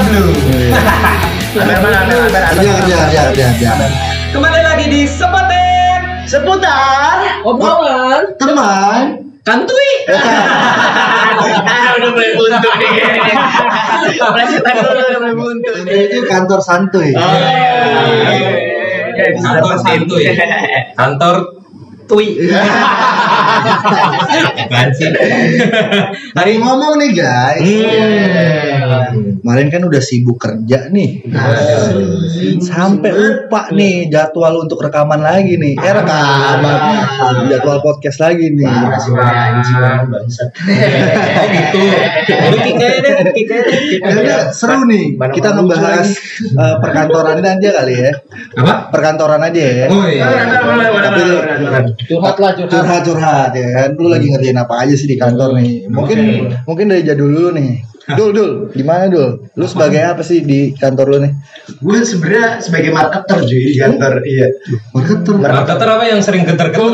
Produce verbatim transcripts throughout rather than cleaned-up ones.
Waduh. Kerja kerja kerja kerja. Kembali lagi di Sepoten seputar obrolan Teman Kantui. Ah, udah mulai buntu nih. Pelajaran dulu udah mulai buntu. itu kantor santuy. Oh, iya. Kantor santuy. Kantor tui. Apaan sih? Hari ngomong nih guys. Hmm. Kemarin kan udah sibuk kerja nih. Sampai lupa nih jadwal untuk rekaman lagi nih. Eh rekaman. Jadwal podcast lagi nih. Oh gitu. Udah kiknya deh, kiknya deh. Kayaknya seru nih. Kita ngebahas uh, perkantoran aja kali ya. Apa? Perkantoran aja ya. Oh iya. Tapi curhat lah curhat curhat curhat ya kan. Lu lagi ngerjain apa aja sih di kantor nih? Mungkin mungkin dari jadul dulu nih. Dul, Dul, gimana Dul? Lu sebagai apa sih di kantor lu nih? Gue sebenarnya sebagai marketer cuy di kantor. Iya. Marketer. Marketer apa yang sering geter-geter?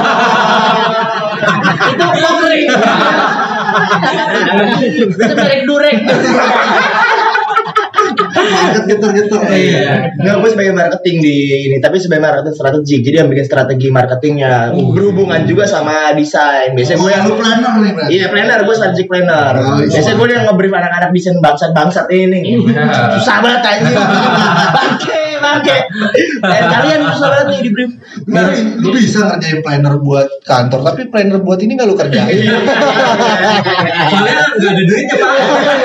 itu pokri itu merek durek Market geter-geter. Iya. Nggak, gue sebagai marketing di ini, tapi sebagai marketing strategi. Jadi yang bikin strategi marketingnya berhubungan juga sama desain. Biasanya gue yang lu planner nih, Bang. Iya, planner, gue strategic planner. Oh, iya. Biasanya gue yang nge-brief anak-anak desain bangsat-bangsat ini. Susah banget aja. Bangke, bangke. Dan kalian susah banget nih di-brief. Nah, lu bisa ngerjain planner buat kantor, tapi planner buat ini nggak lu kerjain. Soalnya nggak ada duitnya pak.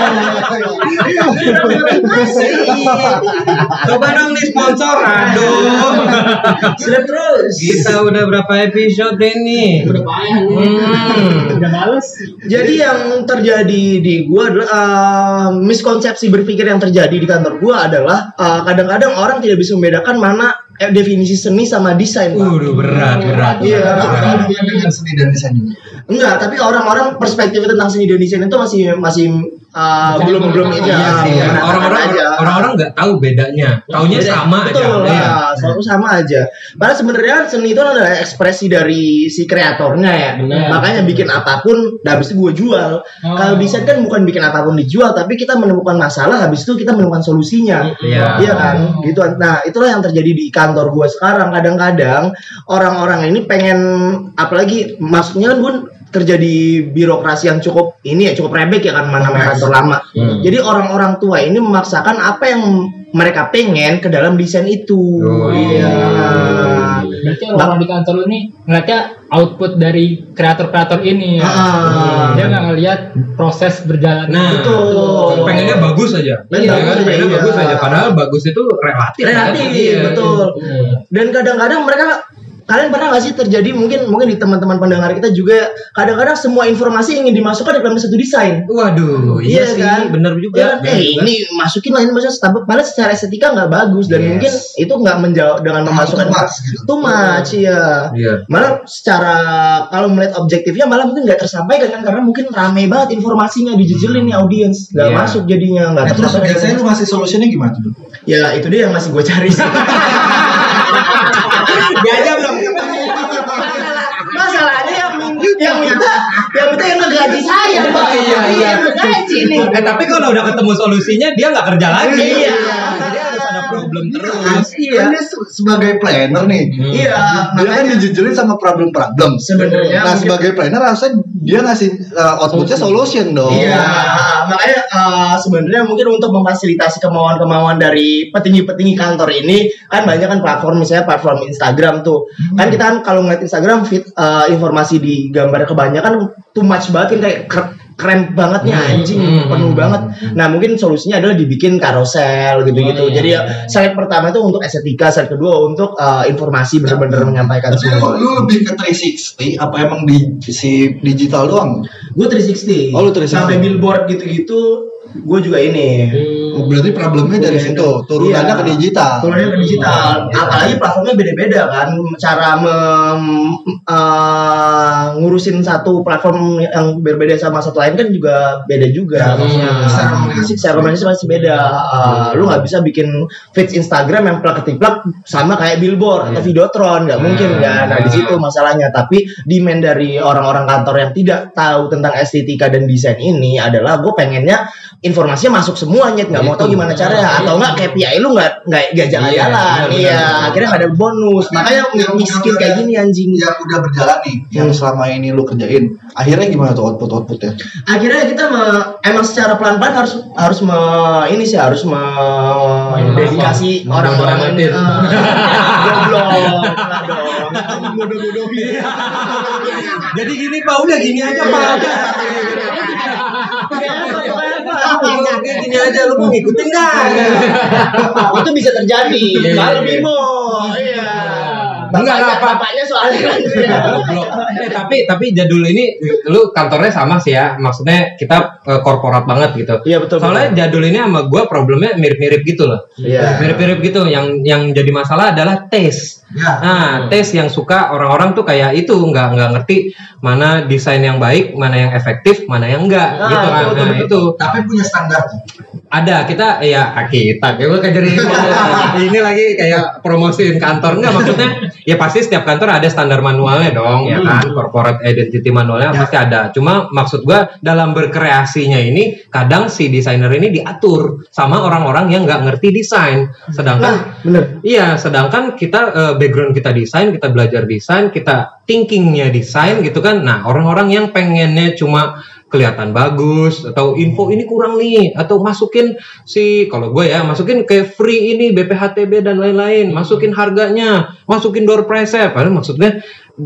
Coba dong nih sponsor, aduh. Sudah terus. Kita udah berapa episode ini? udah payah nih Hmm. udah males. Jadi yang terjadi di gua adalah uh, miskonsepsi berpikir yang terjadi di kantor gua adalah uh, kadang-kadang orang tidak bisa membedakan mana eh, definisi seni sama desain, Pak. Waduh berat berat. Iya. Apa hubungan dengan seni dan desain ini? Enggak, tapi orang-orang perspektif tentang seni dan desain itu masih masih uh, belum belum ini Iya sih, ya. penasaran Orang-orang aja. orang-orang nggak tahu bedanya. Taunya Beda- sama betul, aja. Iya. ya, selalu sama aja. Padahal sebenarnya seni itu adalah ekspresi dari si kreatornya ya. Benar. Makanya bikin apapun, dan habis itu gue jual. Oh. Kalau desain kan bukan bikin apapun dijual, tapi kita menemukan masalah, habis itu kita menemukan solusinya. Iya. Iya kan, gitu. Nah, itulah yang terjadi di kantor gue sekarang. Kadang-kadang orang-orang ini pengen, apalagi maksudnya kan gue kerja di birokrasi yang cukup ini ya, cukup rebek ya kan, mana namanya kantor lama. Hmm. Jadi orang-orang tua ini memaksakan apa yang mereka pengen ke dalam desain itu. Oh, Iya. Berarti orang-orang di kantor lu nih ngeliatnya output dari kreator-kreator ini ya. Ah. Dia nggak ngeliat proses berjalan. Nah, Betul. pengennya bagus aja. Iya, Ya kan? bagus aja, Pengennya iya. bagus aja. Padahal bagus itu relatif. Relatif, kan? Iya. betul. Dan kadang-kadang mereka, kalian pernah nggak sih terjadi mungkin mungkin di teman-teman pendengar kita juga, kadang-kadang semua informasi ingin dimasukkan di dalam satu desain. Waduh, iya, Iya sih, kan? benar juga. Ya kan, benar eh juga. ini masukin lah, ini masukin tapi padahal secara estetika nggak bagus dan Yes. mungkin itu nggak menjawab dengan memasukkan Too much, gitu. too much, ya. Iya. Malah secara kalau melihat objektifnya malah mungkin nggak tersampaikan kan, karena mungkin rame banget informasinya dijejelin nih audiens, nggak Iya. masuk jadinya nggak Nah, terus tersampaikan. biasanya lu ngasih solusinya gimana tuh? Ya itu dia yang masih gue cari sih. Diajak dong. Masalahnya yang minta yang minta yang minta yang ngegaji saya, Pak. Iya, iya. Yang ngegaji nih. Eh tapi kalau udah ketemu solusinya dia nggak kerja lagi. Iya. Jadi harus ada problem terus. Iya. Kan dia se- sebagai planner nih. Iya, Dia kan makanya dijejelin sama problem-problem. sebenarnya Nah, mungkin- sebagai planner harusnya dia ngasih uh, outputnya solution dong. Iya, makanya uh, sebenarnya mungkin untuk memfasilitasi kemauan-kemauan dari petinggi-petinggi kantor ini kan banyak kan platform, misalnya platform Instagram tuh. Kan kita kan kalau ngeliat Instagram feed uh, informasi di gambar kebanyakan too much banget kan, kayak ker- keren banget nih anjing, Hmm. penuh banget. Nah, mungkin solusinya adalah dibikin carousel gitu-gitu. Oh, iya. Jadi ya slide pertama itu untuk estetika, slide kedua untuk uh, informasi, benar-benar menyampaikan Tapi lu, semua. lu lebih ke tiga enam nol apa emang di si digital doang? Gue tiga enam nol. Oh, lu tiga enam nol. Sampai billboard gitu-gitu, gue juga ini. Oh, berarti problemnya dari situ, turunannya Iya. ke digital. Turunannya ke digital. Apalagi platformnya beda-beda kan. Cara mem, uh, ngurusin satu platform yang berbeda sama satu lain kan juga beda juga. Hmm. Maksudnya Secara komunikasi secara komunikasi masih beda. Uh, lu nggak bisa bikin feeds Instagram yang plak ketiplak sama kayak billboard atau videotron, nggak mungkin kan. Nah di situ masalahnya. Tapi demand dari orang-orang kantor yang tidak tahu tentang estetika dan desain ini adalah gue pengennya informasinya masuk semua nyet, nggak mau tahu gimana caranya, atau nggak K P I lu nggak nggak nggak jalan-jalan, iya, akhirnya nggak ada bonus, makanya miskin kayak gini anjing. Yang udah berjalan nih, yang selama ini lu kerjain, akhirnya gimana tuh output outputnya? Akhirnya kita me, emang secara pelan-pelan harus harus me, ini sih harus me, dedikasi orang-orang ini. Goblok, lah dong, bodoh-bodohin. Jadi gini Pak, udah gini aja Pak. Oke, gini aja, lu mau ngikutin nggak? Itu bisa terjadi. Kalau Bimo, iya. Enggak lah, Pak. Bapaknya soalnya kan. Eh, tapi tapi jadul ini lu kantornya sama sih ya. Maksudnya kita uh, korporat banget gitu. Iya betul. Soalnya betul. Jadul ini sama gua problemnya mirip-mirip gitu loh. Iya. Mirip-mirip gitu. Yang yang jadi masalah adalah taste. Ya. Nah, taste yang suka orang-orang tuh kayak itu nggak nggak ngerti mana desain yang baik, mana yang efektif, mana yang enggak Nah, gitu kan. betul, Nah, betul. itu Tapi punya standar. ada kita ya kita kayak gue kayak jadi ini lagi kayak promosiin kantor enggak maksudnya ya pasti setiap kantor ada standar manualnya dong ya kan corporate identity manualnya Ya. pasti ada cuma maksud gue dalam berkreasinya ini kadang si desainer ini diatur sama orang-orang yang nggak ngerti desain sedangkan Nah, bener. iya sedangkan kita uh, background kita desain kita belajar desain kita thinkingnya desain gitu kan nah orang-orang yang pengennya cuma kelihatan bagus atau info ini kurang nih atau masukin si kalau gue ya masukin kayak free ini B P H T B dan lain-lain masukin harganya masukin door price padahal maksudnya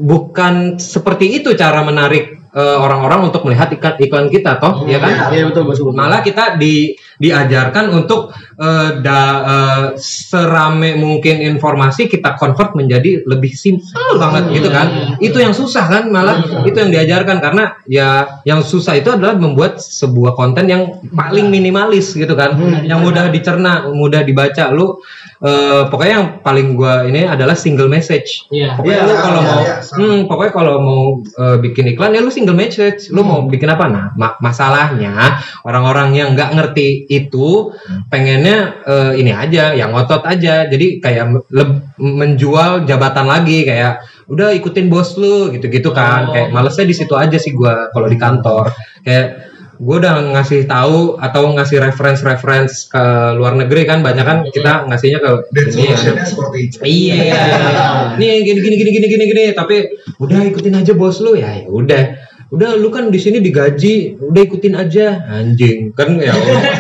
bukan seperti itu cara menarik uh, orang-orang untuk melihat iklan iklan kita toh ya kan Iya betul betul. malah kita di diajarkan untuk uh, da, uh, serame mungkin informasi kita convert menjadi lebih simpel banget gitu kan itu yang susah kan malah itu yang diajarkan karena ya yang susah itu adalah membuat sebuah konten yang paling minimalis gitu kan yang mudah dicerna mudah dibaca lu uh, pokoknya yang paling gua ini adalah single message Iya. pokoknya Iya, lu kalau iya, mau iya, sama. hmm, pokoknya kalau mau uh, bikin iklan ya lu single message lu mau bikin apa nah ma- masalahnya orang-orang yang nggak ngerti itu pengennya uh, ini aja yang ngotot aja jadi kayak le- menjual jabatan lagi kayak udah ikutin bos lu gitu-gitu kan kayak malesnya di situ aja sih gua kalau di kantor kayak gue udah ngasih tahu atau ngasih reference-reference ke luar negeri kan banyak kan kita ngasihnya ke Dan ini ya. solusinya seperti itu. Iya. Nih gini gini gini gini gini gini tapi udah ikutin aja bos lu ya ya udah. Udah lu kan di sini digaji, udah ikutin aja anjing kan ya.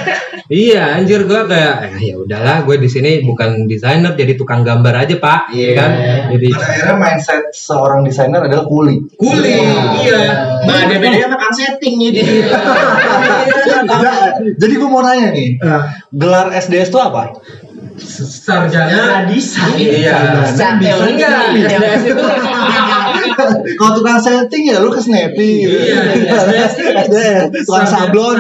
Iya anjir gua kayak eh, ya udahlah gue di sini bukan desainer jadi tukang gambar aja Pak Iya. kan. Jadi Pada akhirnya mindset seorang desainer adalah kuli. kuli. Iya. Nggak ada bedanya sama kang setting nih. Jadi gue mau nanya nih, gelar S D S itu apa? Sarjana desain. Iya. Secara teori Enggak, S D S itu Kalau tukang setting ya lu ke Snappy. Iya, S D S, S D S, tukang sablon.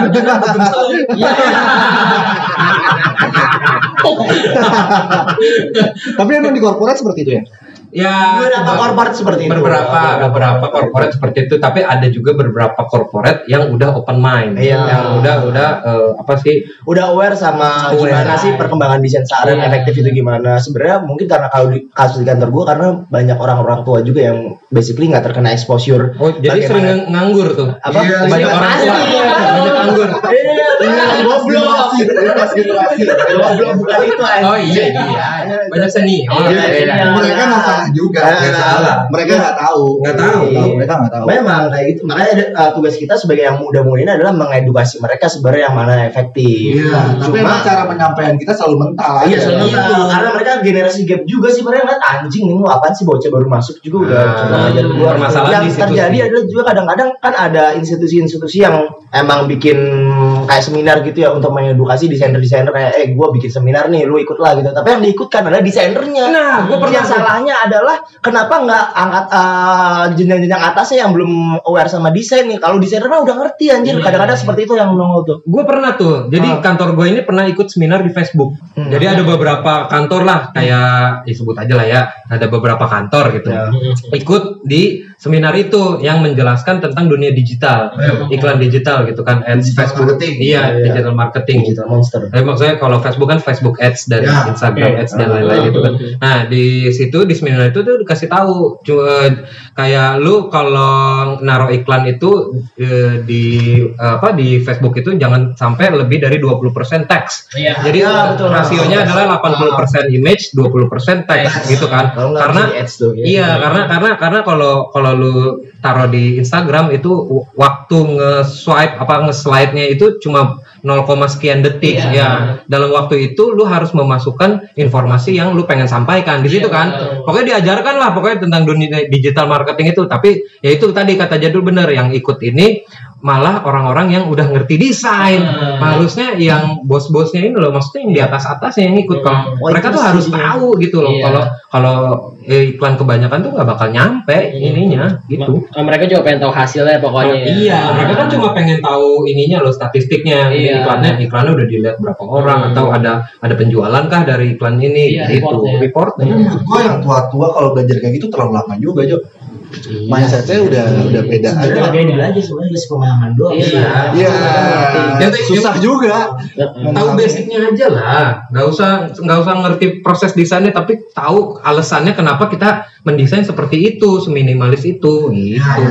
Tapi emang di korporat seperti itu ya? ya Beberapa korporat seperti itu. beberapa beberapa korporat seperti itu tapi ada juga beberapa korporat yang udah open mind Iya. yang udah udah eh, apa sih Udah aware sama Aware. gimana sih perkembangan desain saran Iya. efektif itu gimana. Sebenarnya mungkin karena kalau di kasus di kantor gue karena banyak orang-orang tua juga yang basically nggak terkena exposure. oh jadi Bagaimana- sering ng- nganggur tuh apa? Iya, banyak Iya, orang tua pasti. banyak nganggur Iya, benar. Goblok. generasi. Goblok bukan itu anjing. oh iya iya banyak senior Iya, iya. iya. Mereka nggak salah juga. Nggak salah. Mereka nggak tahu. Nggak tahu. Mereka nggak tahu. Memang kayak gitu. Makanya uh, tugas kita sebagai yang muda-muda ini adalah mengedukasi mereka sebenarnya yang mana efektif. Iya. Tapi Cuma emang cara penyampaian kita selalu mental. Iya, aja. soalnya itu karena mereka generasi gap juga sih, mereka ngeliat anjing nih lu apaan sih bocah baru masuk juga udah Ah, coba ngajar gua. permasalahan Yang di situ terjadi sih. adalah juga kadang-kadang kan ada institusi-institusi yang emang bikin kayak seminar gitu ya untuk mengedukasi desainer-desainer kayak eh gua bikin seminar nih, lu ikut lah gitu. Tapi yang diikutkan adalah desainernya. Nah, gua pernah yang salahnya adalah kenapa nggak angkat uh, jenjang-jenjang atasnya yang belum aware sama desain nih. Kalau desainer mah udah ngerti anjir. Kadang-kadang seperti itu yang nongol tuh. gue pernah tuh jadi Ah. kantor gue ini pernah ikut seminar di Facebook Hmm. jadi ada beberapa kantor lah kayak ya sebut aja lah ya ada beberapa kantor gitu Ya. ikut di seminar itu yang menjelaskan tentang dunia digital, iklan digital gitu kan, ads Digital Facebook, marketing. iya Iya, iya. digital marketing. Digital monster. Eh, maksudnya kalau Facebook kan Facebook Ads dari Ya, Instagram oke. Ads dan Ah, lain-lain gitu kan. oke. Nah di situ di seminar itu tuh dikasih tahu, cu- eh, kayak lu kalau naruh iklan itu eh, di eh, apa di Facebook itu jangan sampai lebih dari dua puluh persen teks. Iya. Jadi Ya, betul. rasionya adalah delapan puluh persen image, dua puluh persen teks gitu kan. Kalau nggak Karena bisa di ads tuh, ya. iya, karena karena karena kalau kalau lu taruh di Instagram itu w- waktu nge-swipe apa nge-slide-nya itu cuma nol, sekian detik Iya. ya. Dalam waktu itu lu harus memasukkan informasi yang lu pengen sampaikan di situ Iya, kan. betul. Pokoknya diajarkan lah pokoknya tentang dunia digital marketing itu, tapi ya itu tadi kata Jadul bener, yang ikut ini malah orang-orang yang udah ngerti desain. Hmm. Harusnya yang bos-bosnya ini loh, maksudnya yang di atas-atasnya yang ikut. Kalau Wah, mereka itu tuh harus sih. tahu gitu loh. Iya. Kalau kalau eh, iklan kebanyakan tuh nggak bakal nyampe ininya gitu. Ma- mereka juga pengen tahu hasilnya pokoknya ya. Iya, mereka kan cuma pengen tahu ininya loh, statistiknya. Ini Iya. iklannya iklannya udah dilihat berapa orang, Hmm. atau ada ada penjualan kah dari iklan ini, Iya, itu reportnya. reportnya. Tapi menurut gua yang tua-tua kalau belajar kayak gitu terlalu lama juga, Jo. Mindsetnya udah udah beda Sebenarnya aja. agak ini aja sebenarnya kasih pemahaman doang. Iya. Iya. Yang- Susah juga. Tahu basicnya aja lah, nggak usah nggak usah ngerti proses desainnya, tapi tahu alasannya kenapa kita mendesain seperti itu, seminimalis itu gitu.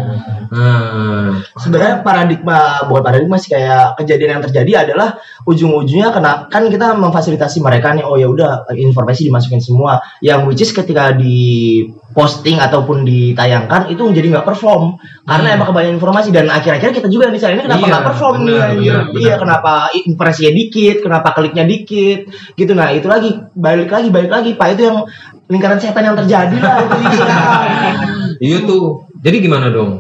Nah, Sebenarnya paradigma bukan paradigma sih, kayak kejadian yang terjadi adalah ujung-ujungnya kena kan kita memfasilitasi mereka nih, oh ya udah informasi dimasukin semua, yang which is ketika di posting ataupun ditayangkan itu jadi nggak perform karena Hmm. emang kebanyakan informasi, dan akhir-akhir kita juga yang di sana ini kenapa Iya, nggak perform nih benar, anjir? benar, Iya, benar. kenapa impresinya dikit, kenapa kliknya dikit gitu. Nah itu lagi balik lagi balik lagi pak, itu yang lingkaran setan yang terjadi lah itu. iya tuh. Jadi gimana dong?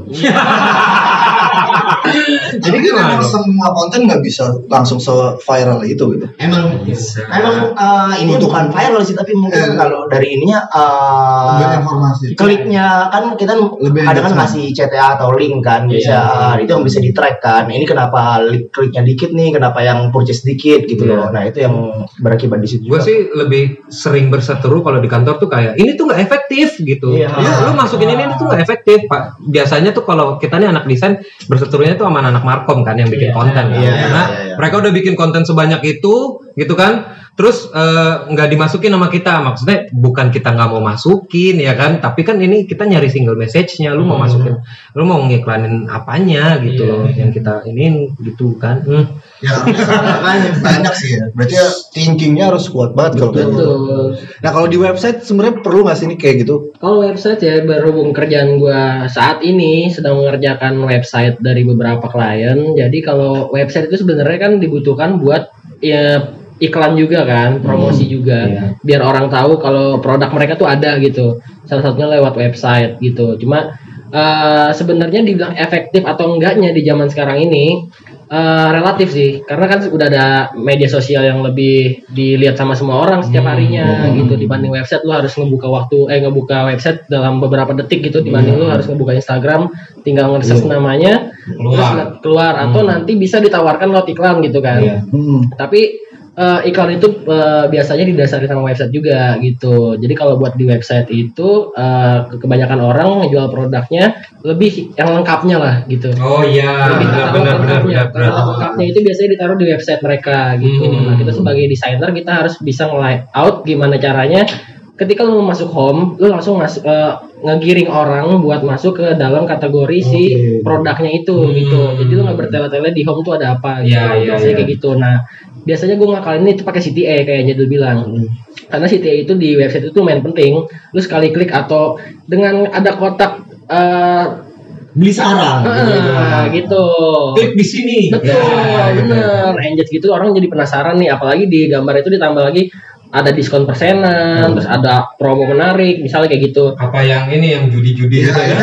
Jadi gimana memang dong? semua konten nggak bisa langsung se-viral itu gitu. Emang Bisa. emang uh, ini bukan viral sih, tapi mungkin Eh. kalau dari ininya uh, Lebih informasi. kliknya kan kita Lebih ada kan engagement. ngasih C T A atau link kan bisa uh, itu yang bisa di track kan. Ini kenapa link kliknya dikit nih, kenapa yang purchase dikit gitu Iya. loh. Nah itu yang berakibat di situ. Gue juga. sih lebih sering berseteru kalau di kantor tuh kayak ini tuh nggak efektif gitu. Iya. Ya, lu masukin ini, ini tuh nggak efektif, Pak. Biasanya tuh kalau kita nih anak desain berseterunya tuh sama anak markom kan yang bikin Iya. konten kan. Iya, Karena iya, iya. mereka udah bikin konten sebanyak itu gitu kan. Terus eh, nggak dimasukin sama kita, maksudnya bukan kita nggak mau masukin ya kan, tapi kan ini kita nyari single message-nya, lu mau Hmm. masukin, lu mau ngiklanin apanya gitu Iya. loh, yang kita ini gitu kan. Hmm. Ya, makanya banyak sih ya. Berarti ya thinkingnya harus kuat banget kalau kayak gitu. Betul. Nah kalau di website sebenarnya perlu nggak sih ini kayak gitu? Kalau website ya, berhubung kerjaan gua saat ini sedang mengerjakan website dari beberapa klien. Jadi kalau website itu sebenarnya kan dibutuhkan buat ya iklan juga kan, promosi juga, Iya. biar orang tahu kalau produk mereka tuh ada gitu. Salah satunya lewat website gitu. Cuma eh, sebenarnya dibilang efektif atau enggaknya di zaman sekarang ini eh, relatif sih, karena kan udah ada media sosial yang lebih dilihat sama semua orang setiap harinya gitu, dibanding website lu harus ngebuka waktu eh ngebuka website dalam beberapa detik gitu, dibanding lu harus ngebuka Instagram tinggal nge-search namanya terus Keluar. na- keluar atau nanti bisa ditawarkan lewat iklan gitu kan. Iya. Hmm. Tapi eh, iklan itu eh, biasanya didasari sama website juga gitu. Jadi kalau buat di website itu eh, ke- kebanyakan orang ngejual produknya lebih yang lengkapnya lah gitu. Oh iya, Lebih benar taruh benar benar lengkapnya. benar. benar. Kalau lengkapnya itu biasanya ditaruh di website mereka gitu. Hmm. Nah, kita sebagai desainer kita harus bisa nge-layout gimana caranya ketika lu masuk home, lu langsung masuk eh, ngegiring orang buat masuk ke dalam kategori si Oke. produknya itu Hmm. gitu. Jadi lu nggak bertele-tele di home tuh ada apa gitu. Iya, iya, Biasanya iya. kayak gitu. Nah, biasanya gue ngakalin itu pakai C T A kayak Jadul bilang. Hmm. Karena C T A itu di website itu lumayan penting. Lu sekali klik atau dengan ada kotak eh Beli sekarang. ah, gitu. Klik di sini. Betul, Ya, bener. Engage gitu orang jadi penasaran nih, apalagi di gambar itu ditambah lagi ada diskon persenan, terus ada promo menarik, misalnya kayak gitu. Apa yang ini yang judi-judi gitu ya?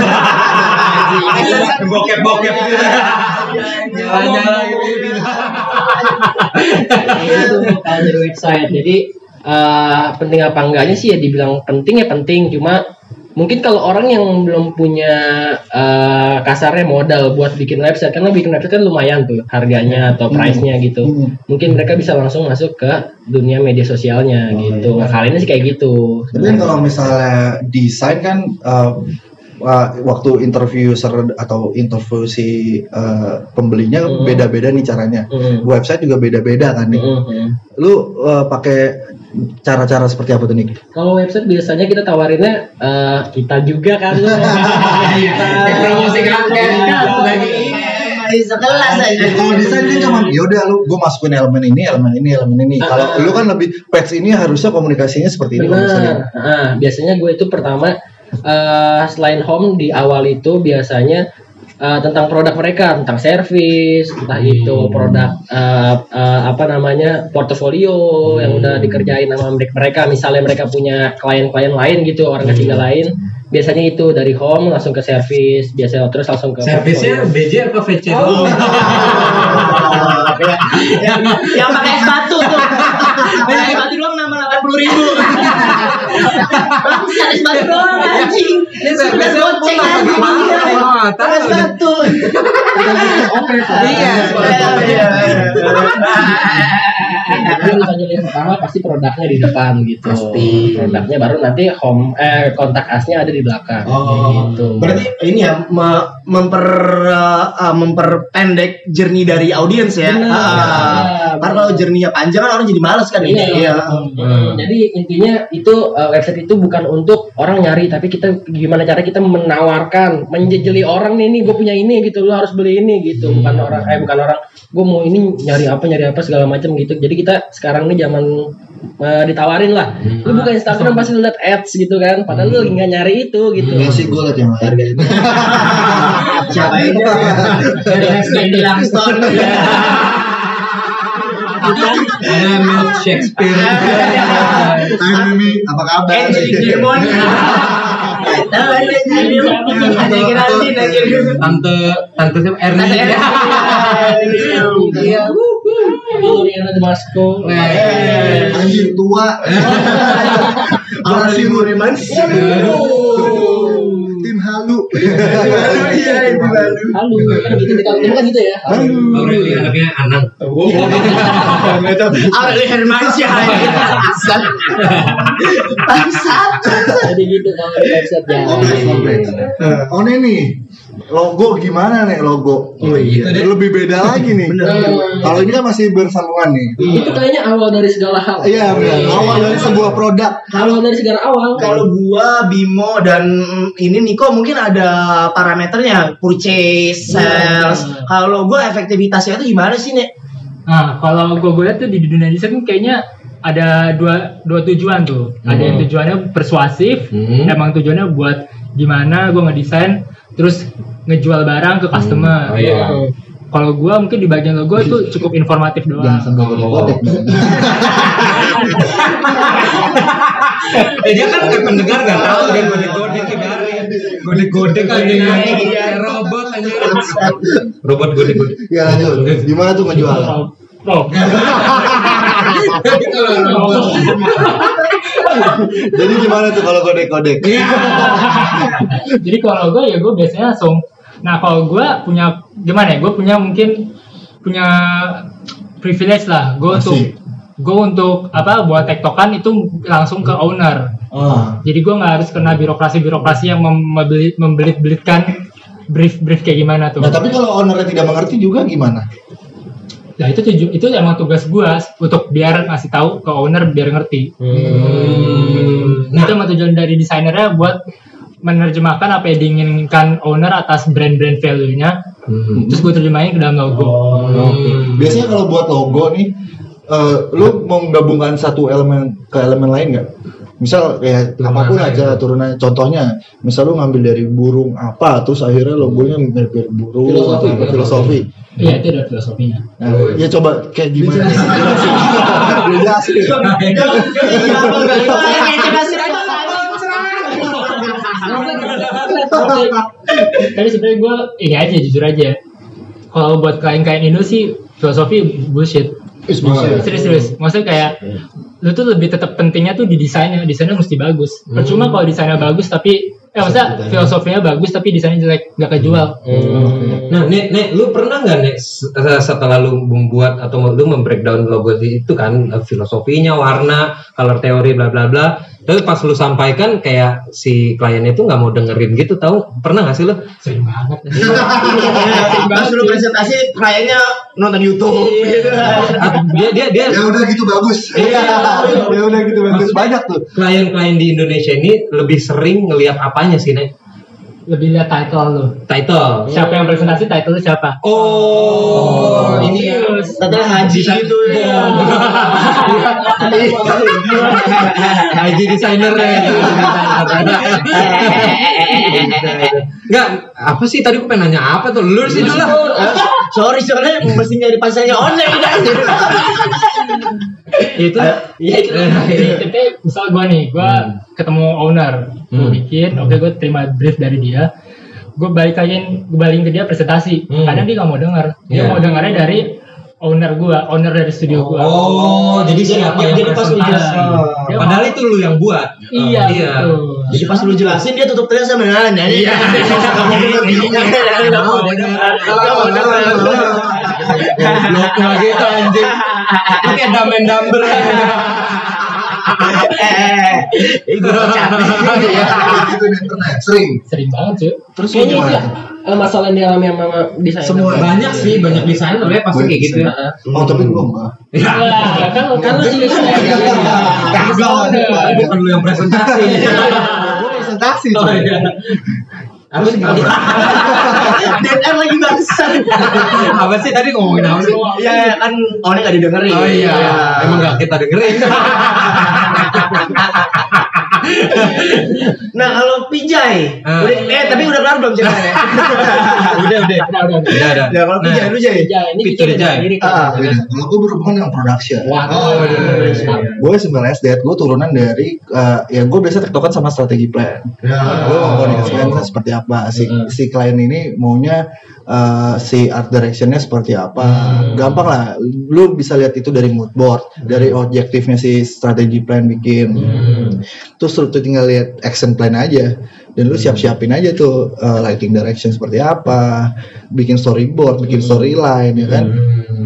Bokep-bokep gitu. Jalan-jalan gitu. Itu kalau dari website. Jadi eh, penting apa enggaknya sih ya dibilang penting ya penting, cuma mungkin kalau orang yang belum punya eh, kasarnya modal buat bikin website, karena bikin website kan lumayan tuh harganya atau price-nya gitu. Hmm. Mungkin mereka bisa langsung masuk ke dunia media sosialnya gitu. Nah, kali ini sih kayak gitu. Tapi kan kalau misalnya desain kan uh, wah, waktu interview user atau interview si uh, pembelinya Hmm. beda-beda nih caranya. Hmm. Website juga beda-beda kan nih. Hmm. Lu uh, pakai cara-cara seperti apa tuh nih? Kalau website biasanya kita tawarinnya eh, kita juga kan lu. Promosi gratis lagi. Sekelas aja. Kalau desain kan cuma ya udah lu gue masukin elemen ini, elemen ini, elemen ini. Kalau lu kan lebih page ini harusnya komunikasinya seperti ini. kalau misalnya. Benar. Nah, biasanya gue itu pertama eh, selain home di awal itu biasanya eh, tentang produk mereka, tentang service, entah itu produk eh, eh, apa namanya portofolio yang udah dikerjain sama mereka. Misalnya mereka punya klien-klien lain gitu, orang ketiga lain. Biasanya itu dari home langsung ke service, biasanya terus langsung ke Servisnya B J apa V C? Oh. yang, yang pakai sepatu tuh. Pakai sepatu doang nama delapan puluh ribu. Bagus ada sepatu doang anjing. Ini servisnya Udah pun goceng apa anjing. gimana? Pakai sepatu. Iya. Iya. Jadi misalnya yang pertama pasti produknya di depan gitu. Pasti. Produknya baru nanti home eh kontak asnya ada di belakang. Oh, gitu. berarti ini ya me- memper uh, memperpendek journey dari audiens ya. Benar. Ah, karena kalau journey-nya panjang kan orang jadi malas kan. Iya. Iya. Hmm. Jadi intinya itu uh, website itu bukan untuk orang nyari, tapi kita gimana cara kita menawarkan, menjejeli orang nih, nih gue punya ini gitu, lo harus beli ini gitu. Bukan orang, eh bukan orang, gue mau ini nyari apa nyari apa segala macam gitu. Jadi kita sekarang nih zaman uh, ditawarin lah, lu buka Instagram pasti lu liat ads gitu kan, padahal lu lagi nggak nyari itu gitu. Enggak sih gue liat yang lain. Siapa itu? Dari Randy Langston. Ada Milk Shakespeare. Hai Mimi, apa kabar? Angelic Demon. Tahu Angelic Demon. Angelic Geraldine, Angelic. Tante tante siapa? Ernie. Iya. Floriana Damasco. Anjir tua. Aura Limuriman. Tim halu. Iya, itu baru. Halo, kan gitu kalau ini kan gitu ya. Aureli anaknya Anang. Aureli Hermansyah. Bangsat. Bangsat. Jadi gitu kalau di website ya. Kompleks, kompleks. Oh ini nih logo gimana nih logo? Oh, iya. Lebih beda lagi nih. Bener. Kalau ini kan masih bersambungan nih. Itu kayaknya awal dari segala hal. Iya benar. Awal dari sebuah produk. Awal dari segala awal. Kalau gua, Bimo dan ini Niko mungkin ada parameternya purchase, sales. Kalau gua efektivitasnya itu gimana sih, Nek? Nah, kalau gue gue lihat tuh di dunia desain kayaknya ada dua dua tujuan tuh. Ada yang tujuannya persuasif, Hmm. emang tujuannya buat gimana gue ngedesain terus ngejual barang ke customer. Oh, iya. Kalau gue mungkin di bagian logo itu cukup informatif doang. Jangan sampai godek-godek. Eh, dia kan kayak pendengar nggak tahu dia godek-godek ibaratnya. Godek-godek aja kayak robot aja. Robot godek-godek. Ya lanjut. Gimana tuh ngejual? Oh, Jadi gimana tuh kalau godek-godek? jadi kalau gue ya gue biasanya langsung. Nah kalau gue punya gimana ya? Gue punya mungkin punya privilege lah. Gue untuk Asik. gue untuk apa buat tektokan itu langsung ke owner. Oh. Jadi gue nggak harus kena birokrasi-birokrasi yang membeli, membelit-belitkan brief-brief kayak gimana tuh. Nah tapi kalau ownernya tidak mengerti juga gimana? Nah itu tuju, itu emang tugas gue untuk biar ngasih tahu ke owner biar ngerti. Hmm. Nah, itu emang tujuan dari desainernya buat menerjemahkan apa yang diinginkan owner atas brand-brand value-nya. Hmm. Terus gue terjemahin ke dalam logo. Hmm. Biasanya kalau buat logo nih, eh, lu mau menggabungkan satu elemen ke elemen lain nggak? Misal kayak Turunan apapun lain. aja turunannya. Contohnya, misal lu ngambil dari burung apa, terus akhirnya logonya mirip burung, Filosofi. atau filosofi. Iya itu ada filosofinya. Nah, ya coba kayak gimana? Dijelasin. Tapi sebenarnya gue ini aja jujur aja. Kalau buat klien-klien Indo sih filosofi bullshit. Serius-serius. Maksudnya kayak lu tuh lebih tetap pentingnya tuh di desainnya. Desainnya mesti bagus. Percuma kalau desainnya bagus tapi eh maksudnya filosofinya bagus tapi desainnya jelek, nggak kejual. Nah, Nek, Nek, lu pernah nggak Nek setelah lu membuat atau lu membreakdown logo itu kan filosofinya, warna, color theory, bla bla bla, Tapi pas lu sampaikan kayak si kliennya itu nggak mau dengerin gitu, tahu? Pernah nggak sih lu? Sering banget. Pas lu presentasi kliennya nonton YouTube gitu. Dia dia dia Ya udah gitu bagus. Iya. Ya udah gitu bagus. Banyak tuh. klien-klien di Indonesia ini lebih sering ngelihat apanya sih, Nek? Lebih lihat title lu. Title. Siapa yang presentasi, title lu siapa? Oh, ini ya. Katanya haji gitu ya. I G designer ya. Enggak, apa sih tadi gue pengen nanya apa tuh? Lu sih dulu lah. Sorry sorry mesti nyari pasarnya online kan. Itu Iya itu. Jadi kita misal gue nih, gue ketemu owner, gue Hmm. bikin, oke gue terima brief dari dia, gue balik lagi, gue balikin ke dia presentasi. Hmm. Kadang dia nggak mau denger, dia Iya. mau dengarnya dari owner gue, owner dari studio gue. Oh, jadi siapa yang jadi pas lu presentasi? jelasin, dia Padahal mau- itu lu yang buat. Iya, Iya. betul. Jadi pas lu jelasin dia tutup telinga sama dengan nyanyi. Iya. Blok lagi tuh anjing. Lu kayak damen dumber. Itu kocak. Gitu di internet sering. Sering banget cuy. Terus lu Kayaknya itu gimana? ya, eh, masalah yang dialami sama desainer. Semua. Banyak sih, banyak desainer ya pasti kayak gitu ya. Oh tapi gua enggak. Wah, kan kan lu sih Kagak, bukan lu yang presentasi. Gua presentasi Oh, coy. iya. Harus Dead air lagi bangsat. apa sih tadi ngomongin apa sih? Iya kan orangnya nggak didengerin. Oh iya, emang gak kita dengerin. Nah kalau Pijay, Ah. udah, eh tapi udah kelar belum ceritanya? Udah, udah. Udah, udah, udah. Udah, udah. Ya kalau Pijay lu Jay. Ya, ini Fitur bikin Jai. sendiri Ah. kan. Beda. Kalau gue berhubungan dengan production. Wah, Oh, bener, bener, bener. Gue sebenarnya S D, gue turunan dari eh, ya gue biasa tektokan sama strategi plan. Gue mau komunikasi plan seperti apa, si si klien ini maunya eh, si art directionnya seperti apa. Gampang lah, lu bisa lihat itu dari mood board, dari objektifnya si strategi plan bikin. Terus lu tuh tinggal lihat action plan aja. Dan lu siap-siapin aja tuh eh, lighting direction seperti apa, bikin storyboard, bikin storyline ya kan.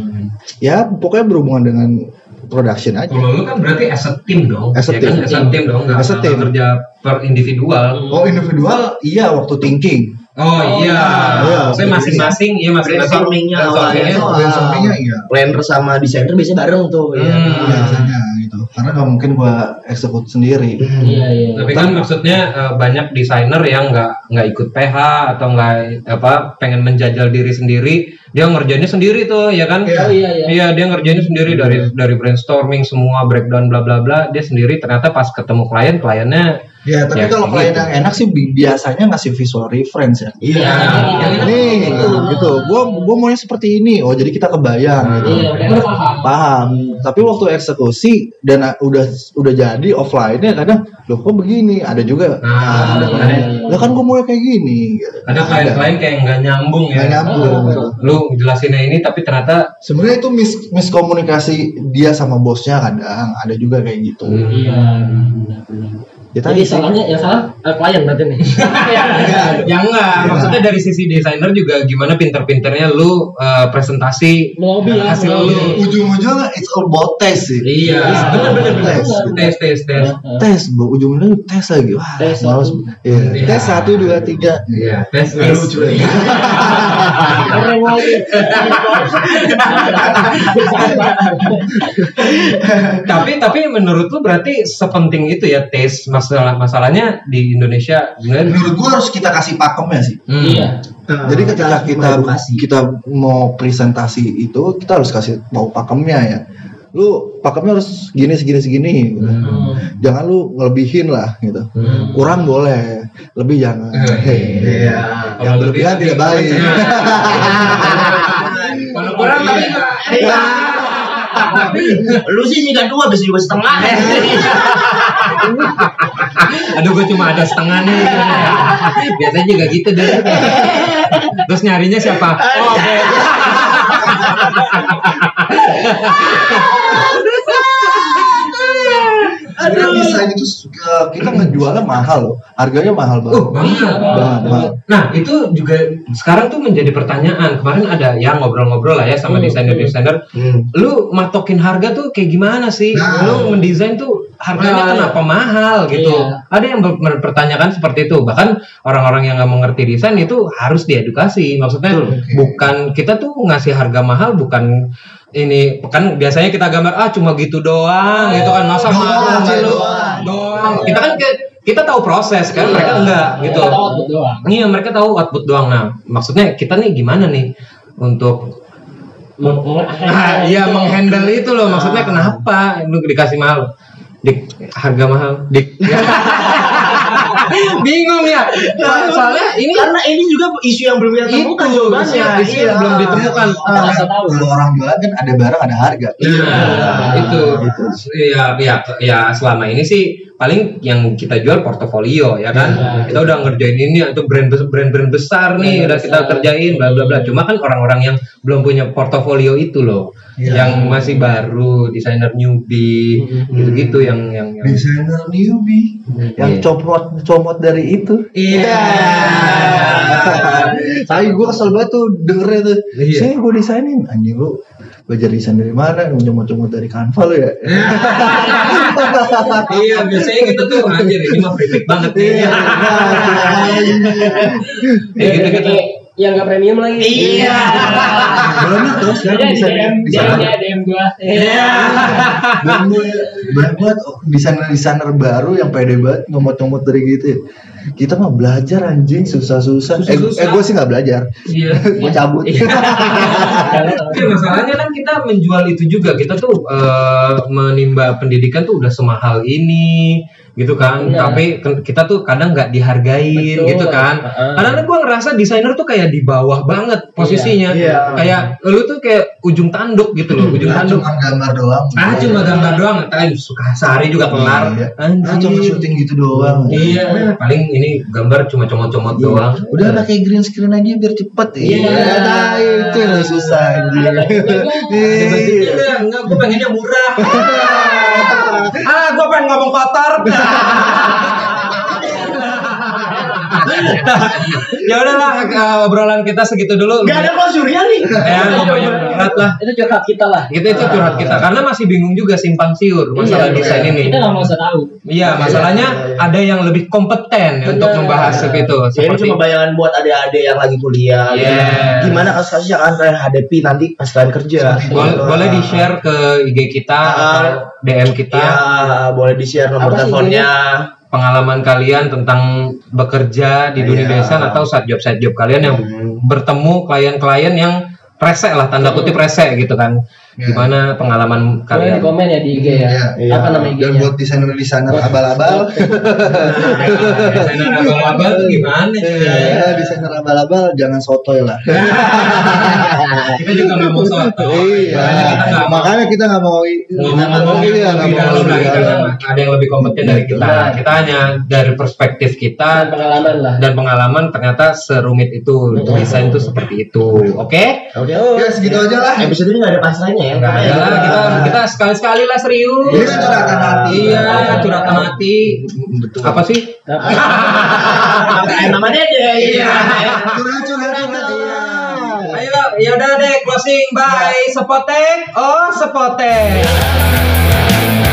Ya pokoknya berhubungan dengan production aja. Kalau lu kan berarti as a team dong. As a Ya team. kan? As a team dong, nggak As a nggak team. kerja per individual. Oh individual iya waktu thinking. Oh iya, iya. saya masing-masing, iya masing-masing. Brainstormingnya Brainstormingnya. awalnya. Brainstormingnya iya. Planner sama desainer biasanya bareng tuh. Ya. Hmm. Biasanya gitu. Karena nggak mungkin gua eksekut sendiri. Iya, iya. Tapi kan maksudnya eh, banyak desainer yang nggak nggak ikut P H atau nggak apa pengen menjajal diri sendiri, dia ngerjainnya sendiri tuh ya kan? Iya. Oh, iya, iya. Iya, dia ngerjainnya sendiri dari dari brainstorming semua breakdown bla bla bla, dia sendiri ternyata pas ketemu klien, kliennya Ya tapi Ya, kalau kayak klien gitu. yang enak sih bi- biasanya ngasih visual reference ya. Iya. yang enak Nih gitu, gitu. Gua gua maunya seperti ini. Oh jadi kita kebayang gitu. Iya, udah paham. Paham. Tapi waktu eksekusi dan uh, udah udah jadi offline-nya kadang loh kok begini, ada juga. Nah, ada ada. klien, lah kan gua mau kayak gini gitu. ada klien-klien kayak nggak nyambung ya. Nggak nyambung, gitu. Lu jelasinnya ini tapi ternyata Sebenarnya itu mis miskomunikasi dia sama bosnya kadang ada juga kayak gitu. Iya, benar-benar. Ya, Jadi tadi sih. salahnya yang salah eh, klien berarti nih. ya enggak, maksudnya dari sisi desainer juga gimana pinter-pinternya lu eh, presentasi Melobi ya, hasil melobi. lu. Ujung-ujungnya it's all about test sih. Iya, bener-bener Tes. tes tes tes. Tes, bu, ujung-ujungnya tes lagi. Wah, Tes males. satu. Iya. Iya. Tes satu, dua, tiga. Iya, tes Nggak tes. lucu lagi. Orang lagi. tapi tapi menurut lu berarti sepenting itu ya tes, masalah masalahnya di Indonesia sebenarnya. Menurut gua harus kita kasih pakemnya sih. Hmm. Iya. Jadi ketika kita mengedukasi. kita mau presentasi itu, kita harus kasih tahu pakemnya ya. Lu pakemnya harus gini segini segini. Gitu. Hmm. Jangan lu ngelebihin lah gitu. Hmm. Kurang boleh, lebih jangan. Iya. Yang berlebihan tidak baik. Kalau kurang tapi Iya. Lu sih nyikat dua bisa juga setengah. aduh gue cuma ada setengah nih. Biasanya juga gitu deh. Terus nyarinya siapa? Oh, oke. sebenarnya desain itu uh, kita ngejualnya mahal loh, harganya mahal banget. Oh, mahal. Banget, mahal. Nah, itu juga sekarang tuh menjadi pertanyaan. Kemarin ada yang ngobrol-ngobrol lah ya sama Hmm, desainer-desainer. Hmm. Lu matokin harga tuh kayak gimana sih? Nah. Lu mendesain tuh harganya Nah, kenapa mahal gitu? Iya. Ada yang ber- mempertanyakan seperti itu. Bahkan orang-orang yang nggak mengerti desain itu harus diedukasi. Maksudnya bukan kita tuh ngasih harga mahal bukan ini kan biasanya kita gambar ah cuma gitu doang gitu kan masa mahal sih lu doang. doang. Kita kan ke, kita tahu proses kan mereka enggak gitu. Kita tahu output doang. Iya mereka tahu output doang. Nah maksudnya kita nih gimana nih untuk ah, iya menghandle itu loh maksudnya kenapa lu dikasih mahal dik harga mahal dik bingung ya soalnya ini Karena ini juga isu yang belum kita temukan itu jawabannya. isu yang belum ditemukan. Kita nggak tahu. kalau orang jualan kan ada barang ada harga. Iya, itu. Gitu. Iya, ya, ya selama ini sih paling yang kita jual portofolio ya kan. Iya. Kita udah ngerjain ini untuk brand brand-brand besar nih Brand udah kita besar. kerjain bla bla bla. Cuma kan orang-orang yang belum punya portofolio itu loh. Iya. Yang masih baru, desainer newbie, gitu-gitu yang yang, yang Desainer newbie yang Iya. comot comot dari itu. Iya. Tapi gue kesel banget tuh dengernya tuh. Iya. Saya gue desainin anjing lu belajar desain dari mana? Comot-comot dari Canva lu ya? Iya, biasanya gitu tuh anjir ini mah freak banget nih. Iya. Kayak gitu-gitu. Yang nggak premium lagi. Iya. Banyak tuh sekarang Dia di desain D M, dia desainer. dia D M gua. Iya. Banyak banget oh, desainer-desainer baru yang pede banget ngomot-ngomot dari gitu ya. Kita mah belajar anjing susah-susah. Eh, Susah-susah. eh gue sih nggak belajar. Iya. Gue cabut. Tapi masalahnya kan kita menjual itu juga kita tuh eh, menimba pendidikan tuh udah semahal ini gitu kan. Benar. Tapi ke- kita tuh kadang nggak dihargain Betul. gitu kan. Heeh. Kadang-kadang gue ngerasa desainer tuh kayak di bawah banget posisinya. Iya. Kayak lu tuh kayak ujung tanduk gitu loh, ujung Nah, tanduk. cuma gambar doang. Ah cuma gambar doang, kan suka sehari juga kelar. Iya. Anjir. Ah, cuma syuting gitu doang. Iya, paling ini gambar cuma comot-comot Iya. doang. Udah pakai green screen aja biar cepet. Iya. Nah, itu yang susah anjing. Ada budgetnya nggak? Enggak, gue pengennya murah. ah, gue pengen ngomong kotor. Ya udahlah, eh, obrolan kita segitu dulu. Gak ada Mas Surya nih. Ya, lumayan berat lah. Itu curhat kita lah. Itu itu curhat kita karena masih bingung juga simpang siur masalah Iya, desain ini. Kita nggak mau usah tahu. Iya, masalahnya ada yang lebih kompeten ya untuk Benar. membahas itu. Ya, ini Seperti cuma bayangan buat adik-adik yang lagi kuliah. Iya. Gimana kasus-kasus yang akan kalian hadapi nanti pas kalian kerja? boleh, boleh di share ke I G kita atau D M kita. Ya, boleh di-share nomor Apa sih teleponnya. Pengalaman kalian tentang bekerja di dunia Iya. desain atau side job side job kalian yang bertemu klien-klien yang rese lah tanda kutip rese gitu kan. Iya. Gimana pengalaman Boleh di kalian? komen ya di I G ya. Iya. Apa nama I Dan G-nya? buat desainer-desainer abal-abal. Desainer abal-abal tuh gimana? Ya, desainer abal-abal jangan sotoy lah. Kita juga nggak mau soto. Iya. Makanya kita nggak mau i- ngomong iya, nggak lebih mau dalam lagi lebih karena dalam. ada yang lebih kompeten dari kita. Kita hanya dari perspektif Dan kita pengalaman lah. dan pengalaman ternyata serumit itu untuk desain itu seperti itu. Oke? Oke. Ya segitu aja lah. Episode ini nggak ada pasrahnya ya. Enggak ada lah, kita kita sekali-sekali lah serius. Ini kan curhatan hati. Iya, curhatan hati. Betul. Apa sih? Kayak namanya aja. Iya. Curhat-curhat iya. Ayo, ya udah deh closing. Bye. Sepotek. Oh, sepotek.